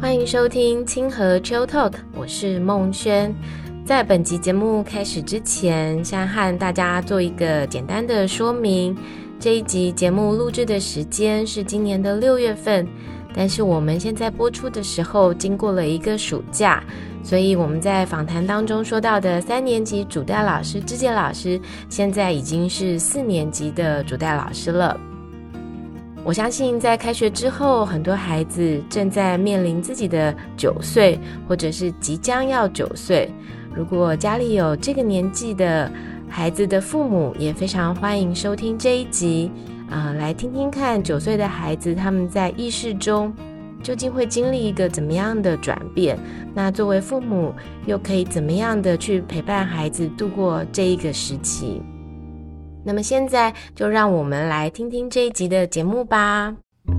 欢迎收听清河 Chill Talk， 我是孟轩。在本集节目开始之前，先和大家做一个简单的说明。这一集节目录制的时间是今年的6月份，但是我们现在播出的时候经过了一个暑假，所以我们在访谈当中说到的3年级主代老师芝姐老师，现在已经是4年级的主代老师了。我相信在开学之后，很多孩子正在面临自己的9岁，或者是即将要9岁。如果家里有这个年纪的孩子的父母，也非常欢迎收听这一集，来听听看9岁的孩子他们在意识中究竟会经历一个怎么样的转变。那作为父母又可以怎么样的去陪伴孩子度过这一个时期。那么现在就让我们来听听这一集的节目吧。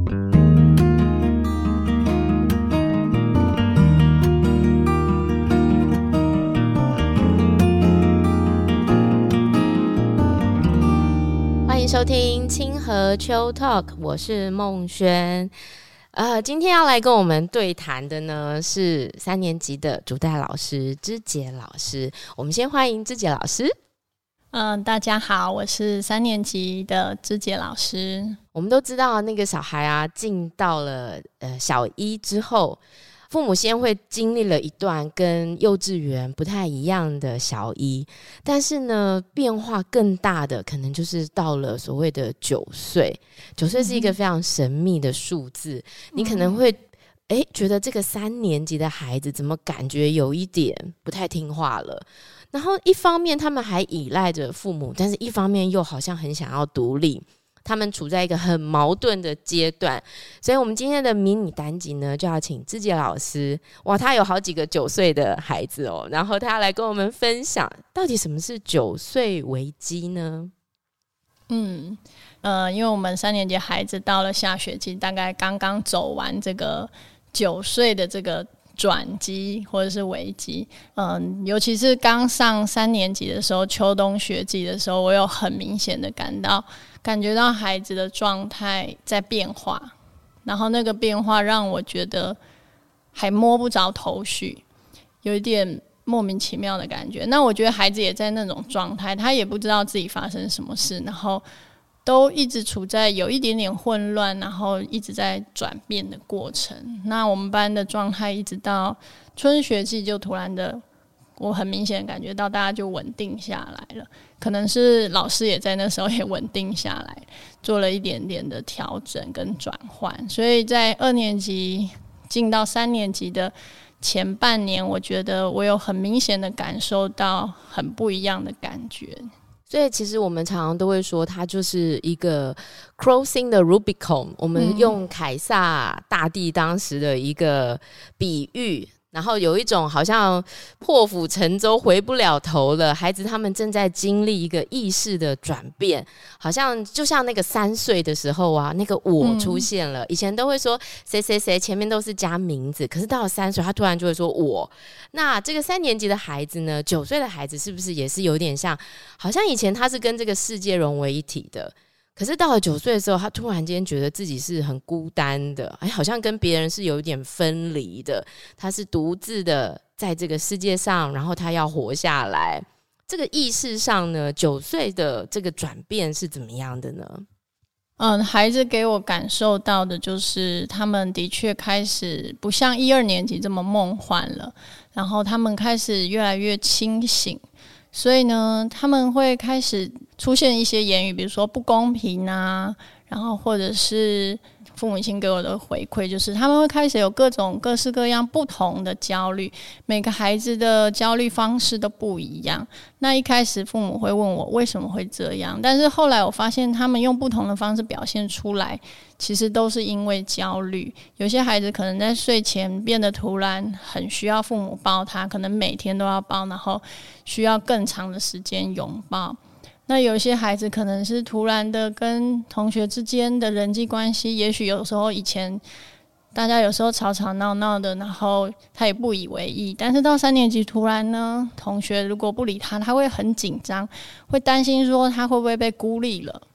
欢迎收听清河 Chill Talk， 我是孟轩。今天要来跟我们对谈的呢是3年级的主代老师芝姐老师。我们先欢迎芝姐老师。 大家好，我是3年级的芝姐老师。 我们都知道那个小孩啊，进到了小一之后，父母先会经历了一段跟幼稚园不太一样的小一，但是呢，变化更大的可能就是到了所谓的9岁。9岁是一个非常神秘的数字，你可能会觉得这个3年级的孩子怎么感觉有一点不太听话了。然后一方面他们还依赖着父母，但是一方面又好像很想要独立，他们处在一个很矛盾的阶段。所以我们今天的迷你单集呢，就要请芝姐老师，哇，他有好几个9岁的孩子哦，然后他要来跟我们分享到底什么是9岁危机呢？ 因为我们3年级孩子到了下学期，大概刚刚走完这个9岁的这个转机或者是危机，尤其是刚上3年级的时候，秋冬学季的时候，我有很明显的感觉到孩子的状态在变化，然后那个变化让我觉得还摸不着头绪，有一点莫名其妙的感觉。那我觉得孩子也在那种状态，他也不知道自己发生什么事，然后都一直处在有一点点混乱，然后一直在转变的过程。那我们班的状态一直到春学季就突然的，我很明显感觉到大家就稳定下来了，可能是老师也在那时候也稳定下来，做了一点点的调整跟转换。所以在2年级进到3年级的前半年，我觉得我有很明显的感受到很不一样的感觉。 所以其实我们常常都会说它就是一个 crossing the Rubicon， 我们用凯撒大帝当时的一个比喻，然后有一种好像破釜沉舟回不了头了，孩子他们正在经历一个意识的转变，好像就像那个3岁的时候啊，那个我出现了，以前都会说谁谁谁，前面都是加名字，可是到了3岁他突然就会说我。那这个3年级的孩子呢，9岁的孩子是不是也是有点像，好像以前他是跟这个世界融为一体的，可是到了9岁的时候，他突然间觉得自己是很孤单的，好像跟别人是有一点分离的，他是独自的在这个世界上，然后他要活下来。这个意识上呢，9岁的这个转变是怎么样的呢？ 孩子给我感受到的就是他们的确开始不像1、2年级这么梦幻了，然后他们开始越来越清醒，所以呢他们会开始出现一些言语，比如说不公平啊，然后或者是父母亲给我的回馈就是他们会开始有各式各样不同的焦虑，每个孩子的焦虑方式都不一样。那一开始父母会问我为什么会这样，但是后来我发现他们用不同的方式表现出来，其实都是因为焦虑。有些孩子可能在睡前变得突然很需要父母抱他，可能每天都要抱，然后需要更长的时间拥抱。那有些孩子可能是突然的跟同学之间的人际关系，也许有时候以前大家有时候吵吵闹闹的，然后他也不以为意，但是到3年级突然呢，同学如果不理他，他会很紧张，会担心说他会不会被孤立了。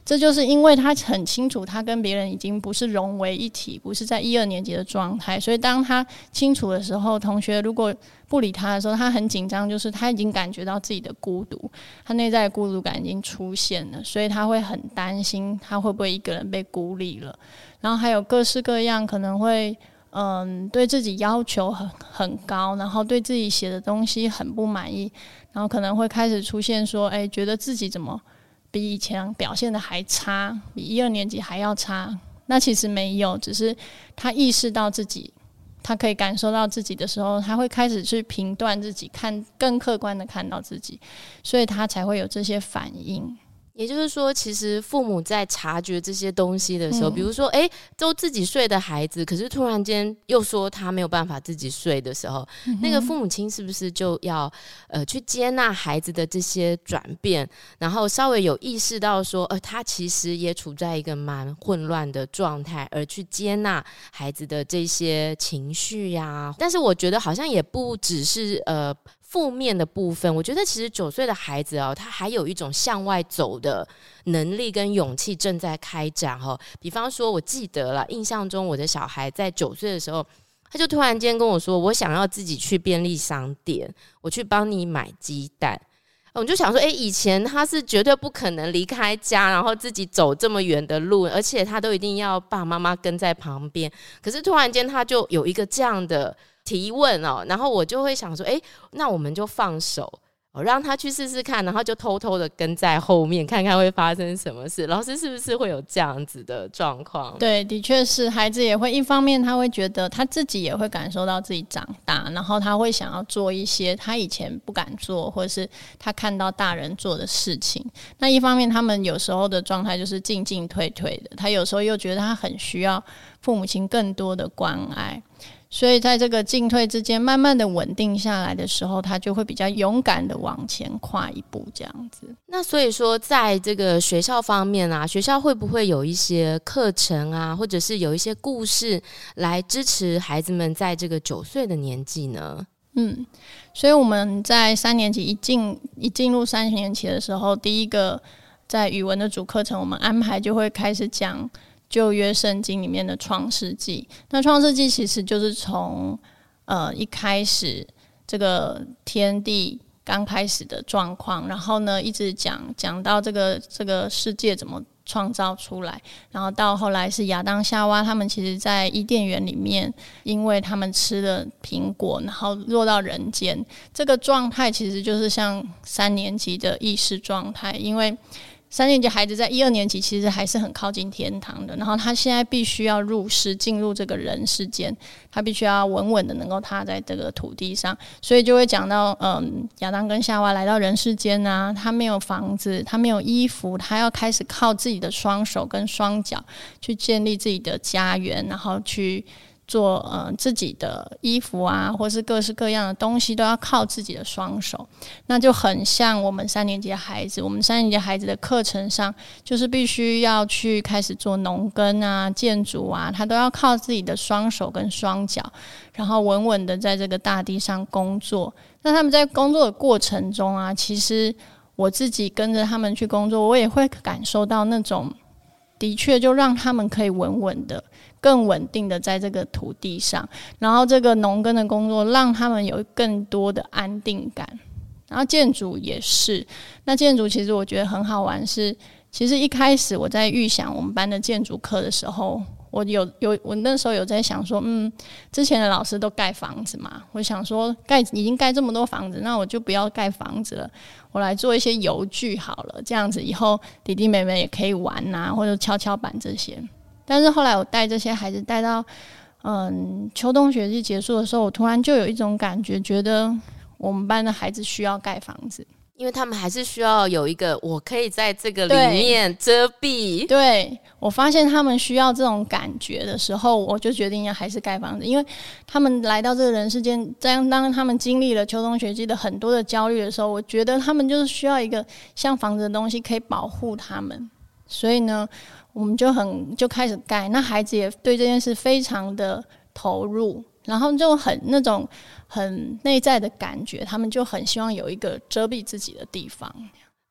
这就是因为他很清楚他跟别人已经不是融为一体，不是在1、2年级的状态，所以当他清楚的时候，同学如果不理他的时候，他很紧张，就是他已经感觉到自己的孤独，他内在的孤独感已经出现了，所以他会很担心他会不会一个人被孤立了。然后还有各式各样可能会对自己要求很高，然后对自己写的东西很不满意，然后可能会开始出现说觉得自己怎么比以前表现的还差，比1、2年级还要差。那其实没有，只是他意识到自己，他可以感受到自己的时候，他会开始去评断自己，更客观的看到自己，所以他才会有这些反应。 也就是说，其实父母在察觉这些东西的时候，比如说都自己睡的孩子，可是突然间又说他没有办法自己睡的时候，那个父母亲是不是就要去接纳孩子的这些转变，然后稍微有意识到说他其实也处在一个蛮混乱的状态，而去接纳孩子的这些情绪呀。但是我觉得好像也不只是负面的部分，我觉得其实9岁的孩子他还有一种向外走的能力跟勇气正在开展比方说我记得了，印象中我的小孩在9岁的时候，他就突然间跟我说，我想要自己去便利商店，我去帮你买鸡蛋。我就想说以前他是绝对不可能离开家，然后自己走这么远的路，而且他都一定要爸爸妈妈跟在旁边，可是突然间他就有一个这样的提问然后我就会想说那我们就放手让他去试试看，然后就偷偷的跟在后面看看会发生什么事。老师是不是会有这样子的状况？ 对，的确是，孩子也会一方面他会觉得他自己也会感受到自己长大，然后他会想要做一些他以前不敢做或者是他看到大人做的事情。那一方面他们有时候的状态就是进进退退的，他有时候又觉得他很需要父母亲更多的关爱，所以在这个进退之间慢慢的稳定下来的时候，他就会比较勇敢的往前跨一步这样子。 那所以说在这个学校方面学校会不会有一些课程或者是有一些故事来支持孩子们在这个9岁的年纪呢？ 所以我们在3年级一进入3年级的时候，第一个在语文的主课程，我们安排就会开始讲旧约圣经里面的创世纪。那创世纪其实就是从一开始这个天地刚开始的状况，然后呢一直讲到这个世界怎么创造出来，然后到后来是亚当夏娃他们其实在伊甸园里面，因为他们吃了苹果然后落到人间，这个状态其实就是像3年级的意识状态。因为3年级孩子在1、2年级其实还是很靠近天堂的，然后他现在必须要入世进入这个人世间，他必须要稳稳的能够踏在这个土地上，所以就会讲到亚当跟夏娃来到人世间他没有房子，他没有衣服，他要开始靠自己的双手跟双脚去建立自己的家园，然后去做自己的衣服或是各式各样的东西都要靠自己的双手。那就很像我们3年级的孩子，我们3年级孩子的课程上就是必须要去开始做农耕建筑他都要靠自己的双手跟双脚，然后稳稳的在这个大地上工作。那他们在工作的过程中其实我自己跟着他们去工作，我也会感受到那种的确就让他们可以稳稳的更稳定的在这个土地上，然后这个农耕的工作让他们有更多的安定感。然后建筑也是，那建筑其实我觉得很好玩，是其实一开始我在预想我们班的建筑课的时候，我那时候有在想说之前的老师都盖房子嘛，我想说已经盖这么多房子，那我就不要盖房子了，我来做一些游具好了，这样子以后弟弟妹妹也可以玩或者跷跷板这些。但是后来我带这些孩子带到秋冬学季结束的时候，我突然就有一种感觉，觉得我们班的孩子需要盖房子， 因为他们还是需要有一个我可以在这个里面遮蔽。 对，我发现他们需要这种感觉的时候，我就决定要还是盖房子。因为他们来到这个人世间，当他们经历了秋冬学季的很多的焦虑的时候，我觉得他们就是需要一个像房子的东西可以保护他们。所以呢我们就开始盖，那孩子也对这件事非常的投入，然后就那种很内在的感觉，他们就很希望有一个遮蔽自己的地方。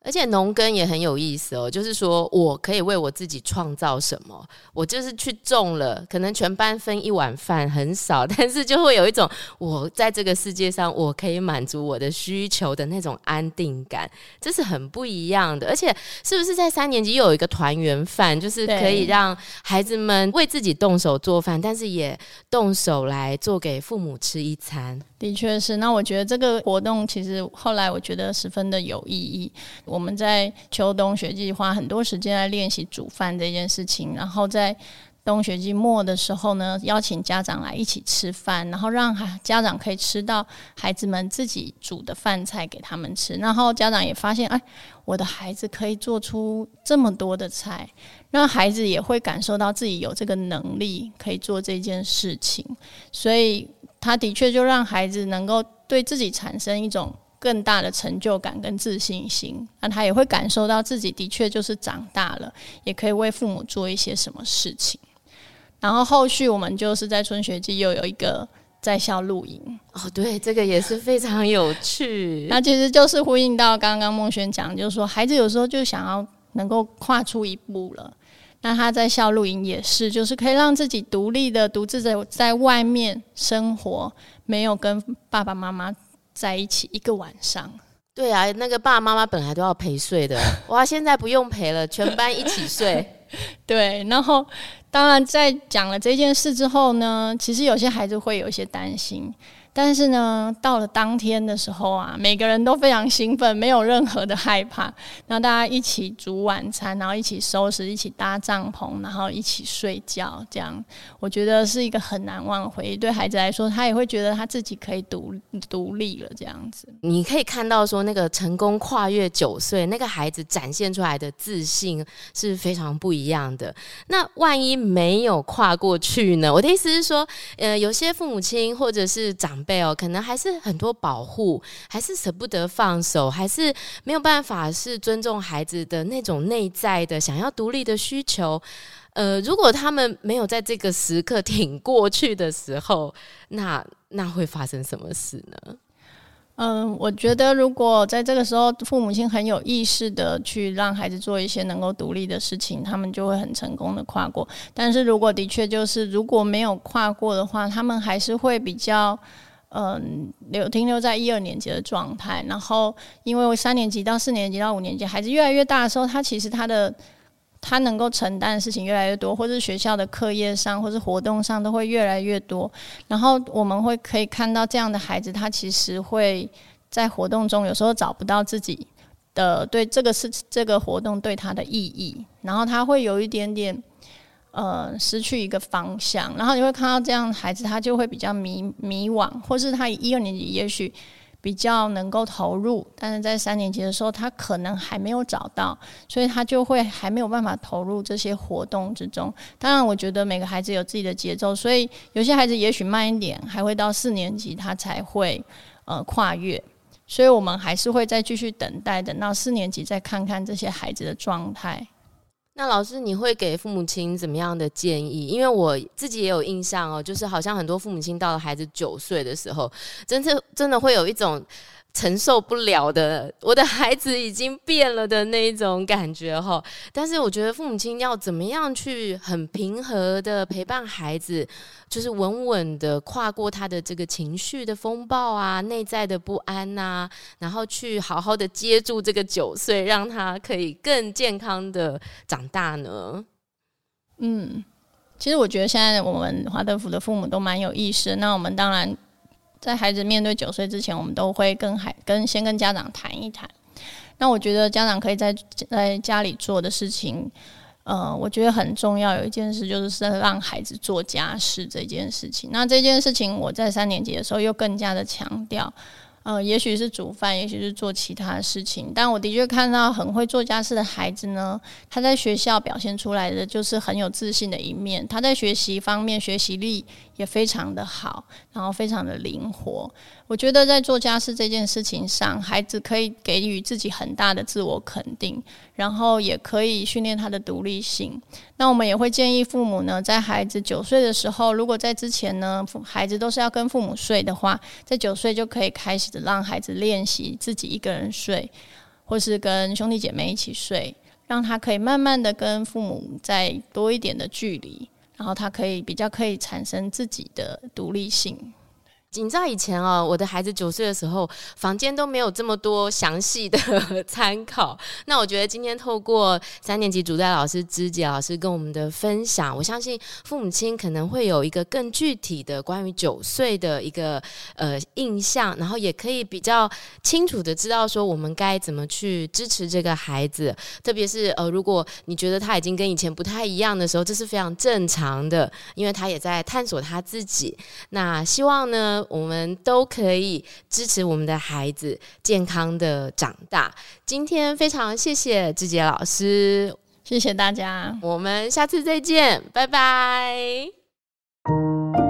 而且农耕也很有意思哦，就是说我可以为我自己创造什么，我就是去种了，可能全班分一碗饭很少，但是就会有一种我在这个世界上我可以满足我的需求的那种安定感，这是很不一样的。而且是不是在3年级又有一个团圆饭，就是可以让孩子们为自己动手做饭，但是也动手来做给父母吃一餐。 的确是，那我觉得这个活动其实后来我觉得十分的有意义。我们在秋冬学季花很多时间来练习煮饭这件事情，然后在冬学季末的时候呢，邀请家长来一起吃饭，然后让家长可以吃到孩子们自己煮的饭菜给他们吃，然后家长也发现，哎，我的孩子可以做出这么多的菜，让孩子也会感受到自己有这个能力可以做这件事情，所以他的确就让孩子能够对自己产生一种更大的成就感跟自信心，那他也会感受到自己的确就是长大了，也可以为父母做一些什么事情。然后后续我们就是在春学季又有一个在校露营哦，对，这个也是非常有趣。 那其实就是呼应到刚刚孟轩讲，就是说孩子有时候就想要能够跨出一步了，那他在校露营也是，就是可以让自己独立的独自在外面生活，没有跟爸爸妈妈在一起一个晚上。 对啊，那个爸爸妈妈本来都要陪睡的，哇，现在不用陪了，全班一起睡。 对，然后当然在讲了这件事之后呢，其实有些孩子会有一些担心，但是呢，到了当天的时候啊，每个人都非常兴奋，没有任何的害怕。然后大家一起煮晚餐，然后一起收拾，一起搭帐篷，然后一起睡觉，这样我觉得是一个很难忘的回忆。对孩子来说，他也会觉得他自己可以独立了，这样子。 你可以看到说，那个成功跨越9岁，那个孩子展现出来的自信是非常不一样的。那万一没有跨过去呢？我的意思是说，有些父母亲或者是长辈可能还是很多保护，还是舍不得放手，还是没有办法是尊重孩子的那种内在的想要独立的需求。如果他们没有在这个时刻挺过去的时候，那会发生什么事呢？ 我觉得如果在这个时候父母亲很有意识的去让孩子做一些能够独立的事情，他们就会很成功的跨过。但是如果的确就是如果没有跨过的话，他们还是会比较停留在1、2年级的状态。然后因为3年级到4年级到5年级孩子越来越大的时候，他其实他能够承担的事情越来越多，或是学校的课业上或是活动上都会越来越多。然后我们可以看到这样的孩子，他其实会在活动中有时候找不到自己的对这个活动对他的意义，然后他会有一点点失去一个方向。然后你会看到这样的孩子，他就会比较迷惘，或是他1、2年级也许比较能够投入，但是在3年级的时候他可能还没有找到，所以他就会还没有办法投入这些活动之中。当然我觉得每个孩子有自己的节奏，所以有些孩子也许慢一点还会到4年级他才会跨越，所以我们还是会再继续等待，等到4年级再看看这些孩子的状态。 那老师，你会给父母亲怎么样的建议？因为我自己也有印象就是好像很多父母亲到了孩子9岁的时候，真的会有一种承受不了的，我的孩子已经变了的那一种感觉但是我觉得父母亲要怎么样去很平和的陪伴孩子，就是稳稳的跨过他的这个情绪的风暴啊，内在的不安啊，然后去好好的接住这个9岁，让他可以更健康的长大呢？ 其实我觉得现在我们华德福的父母都蛮有意识的。那我们当然在孩子面对9岁之前，我们都会先跟家长谈一谈。那我觉得家长可以在家里做的事情，我觉得很重要。有一件事就是让孩子做家事这件事情。那这件事情我在3年级的时候又更加的强调。也许是煮饭，也许是做其他的事情，但我的确看到很会做家事的孩子呢，他在学校表现出来的就是很有自信的一面，他在学习方面学习力也非常的好，然后非常的灵活。我觉得在做家事这件事情上，孩子可以给予自己很大的自我肯定，然后也可以训练他的独立性。那我们也会建议父母呢，在孩子9岁的时候，如果在之前呢孩子都是要跟父母睡的话，在9岁就可以开始让孩子练习自己一个人睡。 或是跟兄弟姐妹一起睡，让他可以慢慢的跟父母再多一点的距离，然后他比较可以产生自己的独立性。 你知道以前我的孩子9岁的时候，房间都没有这么多详细的参考。那我觉得今天透过3年级主带老师芝姐老师跟我们的分享，我相信父母亲可能会有一个更具体的关于9岁的一个印象，然后也可以比较清楚的知道说我们该怎么去支持这个孩子。特别是如果你觉得他已经跟以前不太一样的时候，这是非常正常的，因为他也在探索他自己。那希望呢我们都可以支持我们的孩子健康的长大。今天非常谢谢芝姐老师， 谢谢大家， 我们下次再见，拜拜。